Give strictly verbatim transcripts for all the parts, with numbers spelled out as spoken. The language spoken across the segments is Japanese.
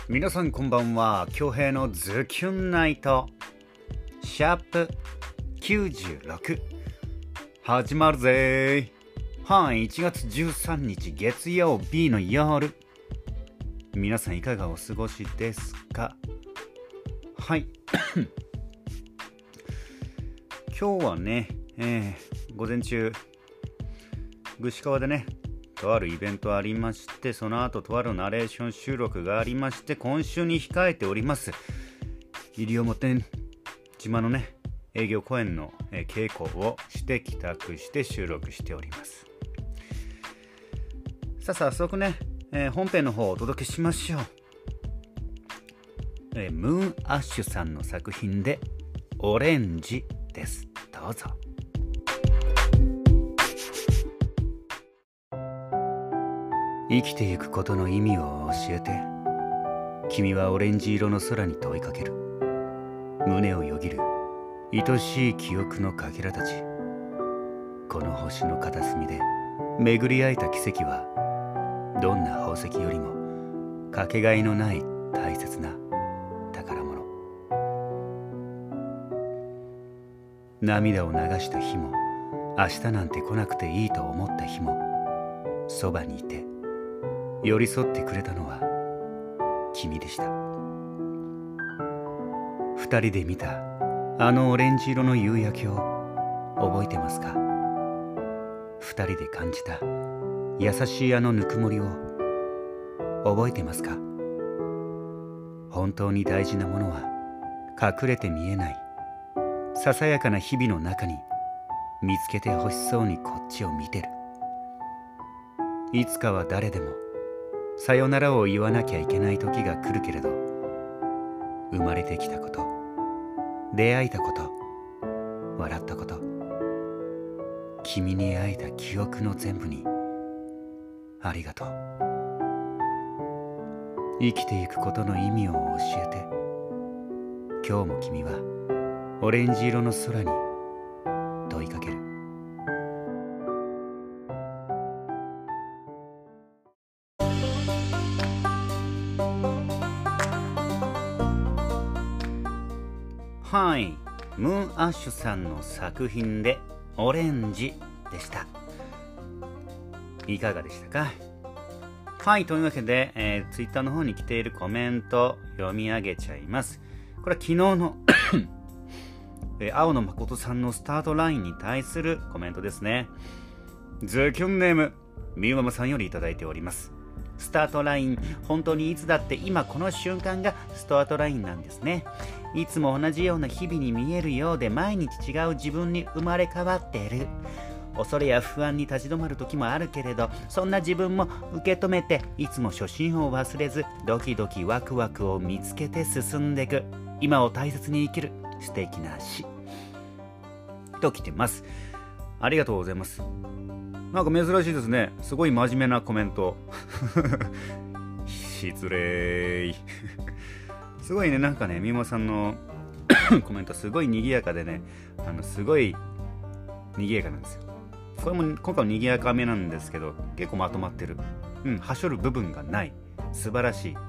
皆さんこんばんは。恭平のズキュンナイトシャープきゅうじゅうろく始まるぜ。はい、いちがつじゅうさんにち月曜日の夜、皆さんいかがお過ごしですか？はい今日はね、えー、午前中串川でねとあるイベントありまして、その後とあるナレーション収録がありまして、今週に控えております西表島のね営業公演の、えー、稽古をして帰宅して収録しております。さあ早速ね、えー、本編の方をお届けしましょう。えー、ムーンアッシュさんの作品でオレンジです。どうぞ。生きていくことの意味を教えて。君はオレンジ色の空に問いかける。胸をよぎる愛しい記憶のかけらたち。この星の片隅で巡り合えた奇跡は、どんな宝石よりもかけがえのない大切な宝物。涙を流した日も、明日なんて来なくていいと思った日も、そばにいて寄り添ってくれたのは君でした。二人で見たあのオレンジ色の夕焼けを覚えてますか？二人で感じた優しいあのぬくもりを覚えてますか？本当に大事なものは隠れて見えない、ささやかな日々の中に見つけてほしそうにこっちを見てる。いつかは誰でもさよならを言わなきゃいけない時が来るけれど、生まれてきたこと、出会えたこと、笑ったこと、君に会えた記憶の全部にありがとう。生きていくことの意味を教えて。今日も君はオレンジ色の空に問いかける。はい、ムーンアッシュさんの作品でオレンジでした。いかがでしたか？はい、というわけで、えー、ツイッターの方に来ているコメント読み上げちゃいます。これは昨日の、えー、青野誠さんのスタートラインに対するコメントですね。ズキュンネームみゆママさんよりいただいております。スタートライン、本当にいつだって今この瞬間がスタートラインなんですね。いつも同じような日々に見えるようで、毎日違う自分に生まれ変わっている。恐れや不安に立ち止まる時もあるけれど、そんな自分も受け止めて、いつも初心を忘れず、ドキドキワクワクを見つけて進んでいく。今を大切に生きる素敵な詩と来てます。ありがとうございます。なんか珍しいですね。すごい真面目なコメント失礼すごいね、なんかね、みもさんのコメントすごい賑やかでね、あのすごい賑やかなんですよ。これも今回も賑やかめなんですけど、結構まとまってる。うん、はしょる部分がない。素晴らしい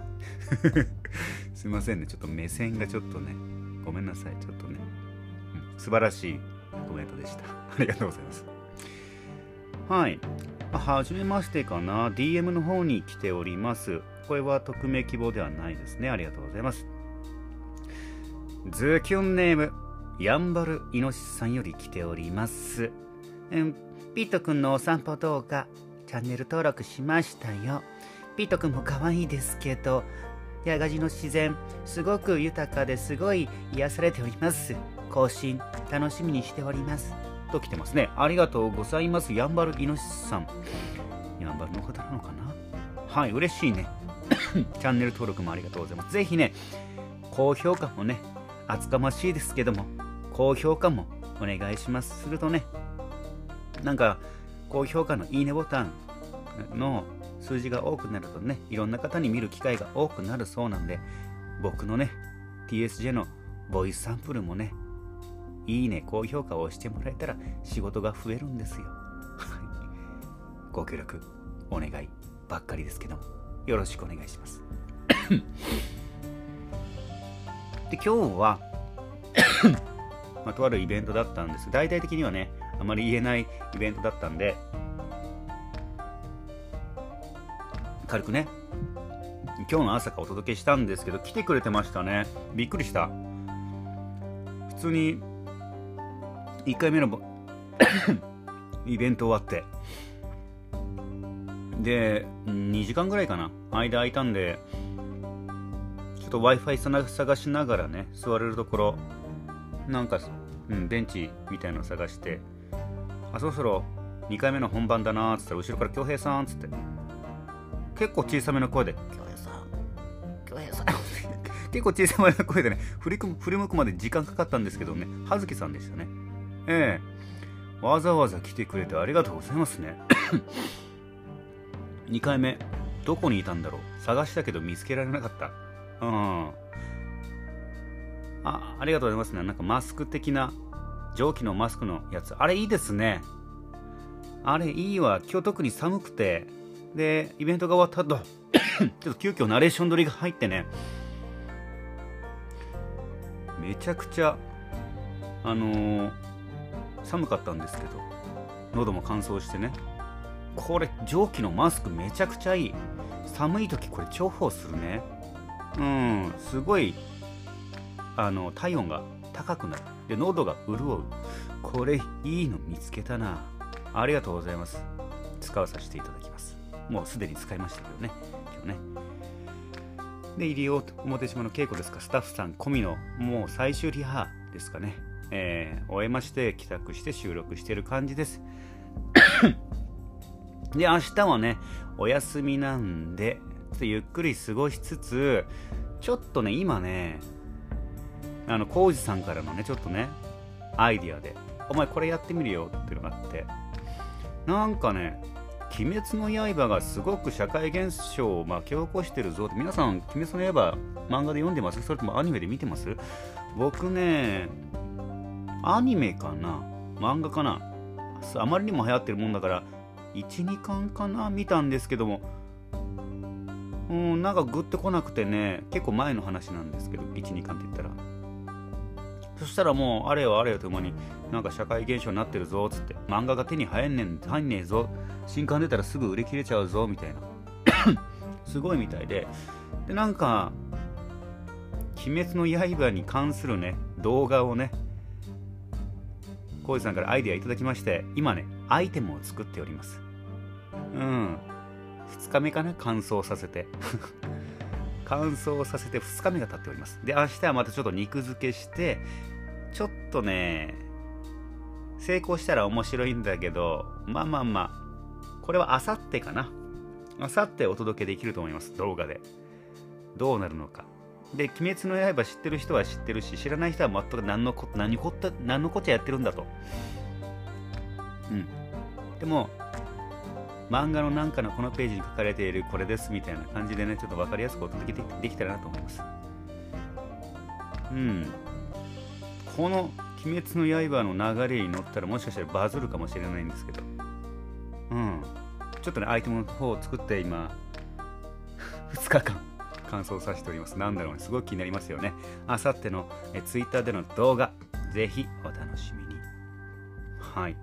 すいませんね、ちょっと目線がちょっとね、ごめんなさい、ちょっとね、うん、素晴らしいコメントでした。ありがとうございます。はい、はじめましてかな。 ディーエム の方に来ております。これは匿名希望ではないですね。ありがとうございます。ズキュンネームやんばるいのしさんより来ております。うん、ピートくんのお散歩動画チャンネル登録しましたよ。ピートくんも可愛いですけど、八ヶ寺の自然すごく豊かですごい癒されております。更新楽しみにしておりますと来てますね。ありがとうございます。やんばるいのしさん、やんばるの方なのかな。はい、嬉しいねチャンネル登録もありがとうございます。ぜひね、高評価もね、厚かましいですけども高評価もお願いします。するとね、なんか高評価のいいねボタンの数字が多くなるとね、いろんな方に見る機会が多くなるそうなんで、僕のね ティーエスジェー のボイスサンプルもね、いいね高評価を押してもらえたら仕事が増えるんですよご協力お願いばっかりですけども、よろしくお願いしますで今日はまあ、とあるイベントだったんです。大々的にはねあまり言えないイベントだったんで、軽くね今日の朝からお届けしたんですけど、来てくれてましたね。びっくりした。普通にいっかいめのイベント終わってでにじかんぐらいかな間空いたんで、ちょっと Wi-Fi 探しながらね座れるところなんか、うん、ベンチみたいなの探して、あそろそろにかいめの本番だなーっつったら後ろから恭平さんっつって結構小さめの声で恭平さん恭平さん結構小さめの声でね振り振り向くまで時間かかったんですけどね、葉月さんでしたね。ええわざわざ来てくれてありがとうございますね。にかいめどこにいたんだろう、探したけど見つけられなかった。うんあ、ありがとうございますね。なんかマスク的な蒸気のマスクのやつ、あれいいですね。あれいいわ。今日特に寒くて、でイベントが終わった後ちょっと急遽ナレーション撮りが入ってね、めちゃくちゃあのー、寒かったんですけど喉も乾燥してね、これ蒸気のマスクめちゃくちゃいい。寒い時これ重宝するね。うんすごいあの体温が高くなる。で喉が潤う。これいいの見つけたな。ありがとうございます。使わさせていただきます。もうすでに使いましたけどね今日ね。で入り表島の稽古ですか、スタッフさん込みのもう最終リハですかね、えー、終えまして帰宅して収録してる感じです。で明日はねお休みなんでちょっとゆっくり過ごしつつ、ちょっとね今ねあの浩二さんからのねちょっとねアイディアでお前これやってみるよっていうのがあって、なんかね鬼滅の刃がすごく社会現象を巻き起こしてるぞって。皆さん鬼滅の刃漫画で読んでます？それともアニメで見てます？僕ねアニメかな漫画かな、あまりにも流行ってるもんだからいち、にかんかな見たんですけども、うんなんかグッとこなくてね、結構前の話なんですけどいち、にかんって言ったら、そしたらもうあれよあれよともになんか社会現象になってるぞっつって、漫画が手に入んねん入んねえぞ、新刊出たらすぐ売り切れちゃうぞみたいなすごいみたいで、でなんか鬼滅の刃に関するね動画をね浩二さんからアイデアいただきまして、今ねアイテムを作っております。うんふつかめかな、乾燥させて乾燥させてふつかめが経っております。で明日はまたちょっと肉付けして、ちょっとね成功したら面白いんだけど、まあまあまあこれはあさってかな、あさってお届けできると思います。動画でどうなるのか。で鬼滅の刃知ってる人は知ってるし、知らない人は全く何のこ何こった何のこっちゃやってるんだと。うんでも漫画のなんかのこのページに書かれているこれですみたいな感じでね、ちょっと分かりやすくお届けできたらなと思います。うんこの鬼滅の刃の流れに乗ったらもしかしたらバズるかもしれないんですけど、うんちょっとねアイテムの方を作って今ふつかかん乾燥させております。なんだろうね、すごく気になりますよね。あさってのえツイッターでの動画ぜひお楽しみに。はい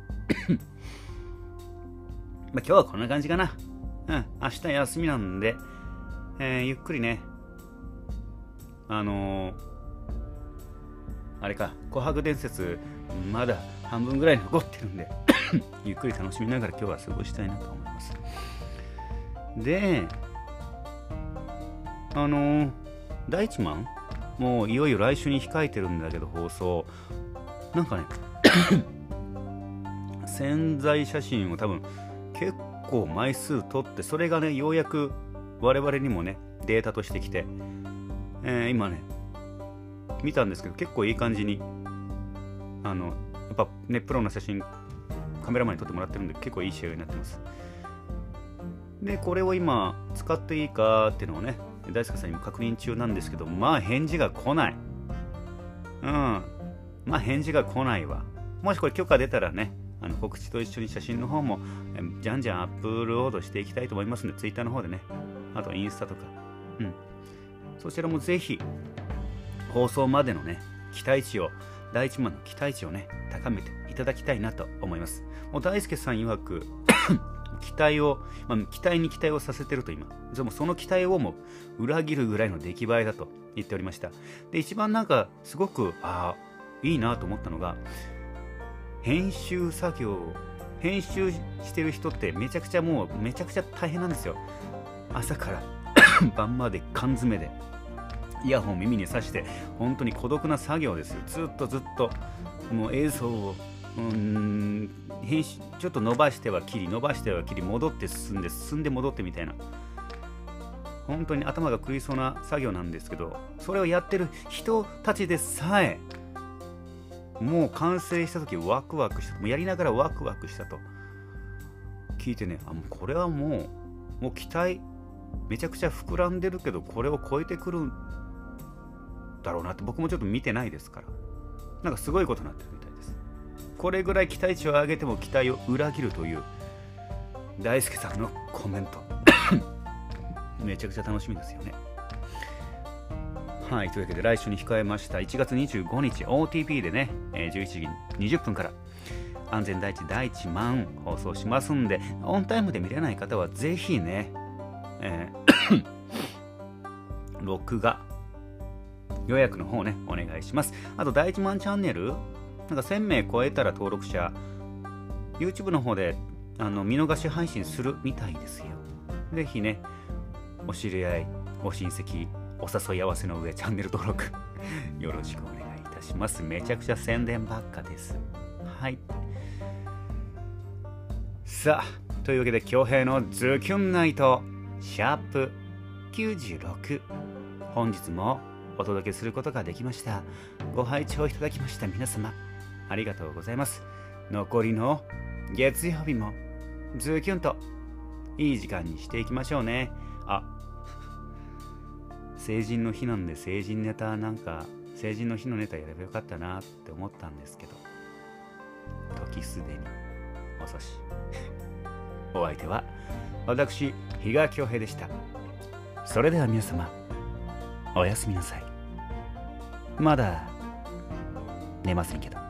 まあ今日はこんな感じかな。うん明日休みなんで、えー、ゆっくりねあのー、あれか琥珀伝説まだ半分ぐらい残ってるんでゆっくり楽しみながら今日は過ごしたいなと思います。であのー、第一マンもういよいよ来週に控えてるんだけど放送なんかね宣材写真を多分結構枚数撮って、それがねようやく我々にもねデータとしてきて、えー、今ね見たんですけど結構いい感じにあのやっぱねプロの写真カメラマンに撮ってもらってるんで結構いい仕上がりになってます。でこれを今使っていいかっていうのをね大輔さんにも確認中なんですけど、まあ返事が来ない。うんまあ返事が来ないわ。もしこれ許可出たらねあの告知と一緒に写真の方もじゃんじゃんアップロードしていきたいと思いますので、ツイッターの方でね、あとインスタとか、うん、 そちらもぜひ放送までのね期待値を第一マンの期待値をね高めていただきたいなと思います。もう大輔さん曰く期待を、まあ、期待に期待をさせてると今でもその期待をも裏切るぐらいの出来栄えだと言っておりました。で一番なんかすごくあいいなと思ったのが編集作業編集してる人ってめちゃくちゃもうめちゃくちゃ大変なんですよ。朝から晩まで缶詰でイヤホン耳にさして本当に孤独な作業ですよ。ずっとずっともう映像をうーん編集ちょっと伸ばしては切り伸ばしては切り戻って進んで進んで戻ってみたいな本当に頭が狂いそうな作業なんですけど、それをやってる人たちでさえもう完成した時ワクワクした、もうやりながらワクワクしたと聞いてね、あもうこれはもうもう期待めちゃくちゃ膨らんでるけどこれを超えてくるんだろうなって僕もちょっと見てないですから、なんかすごいことになってるみたいです。これぐらい期待値を上げても期待を裏切るという大輔さんのコメントめちゃくちゃ楽しみですよね。はい、というわけで来週に控えましたいちがつにじゅうごにち オーティーピー でね、えー、じゅういちじにじゅっぷんから安全第一第一マン放送しますんで、オンタイムで見れない方はぜひね、えー、録画予約の方ねお願いします。あと第一マンチャンネルなんかせんめい超えたら登録者 YouTube の方であの見逃し配信するみたいですよ。ぜひねお知り合いご親戚お誘い合わせの上チャンネル登録よろしくお願いいたします。めちゃくちゃ宣伝ばっかです。はい、さあというわけで恭平のズキュンナイトシャープきゅうじゅうろく本日もお届けすることができました。ご拝聴いただきました皆様ありがとうございます。残りの月曜日もズキュンといい時間にしていきましょうね。あ成人の日なんで成人ネタなんか成人の日のネタやればよかったなって思ったんですけど時すでに遅しお相手は私比嘉恭平でした。それでは皆様おやすみなさい。まだ寝ませんけど。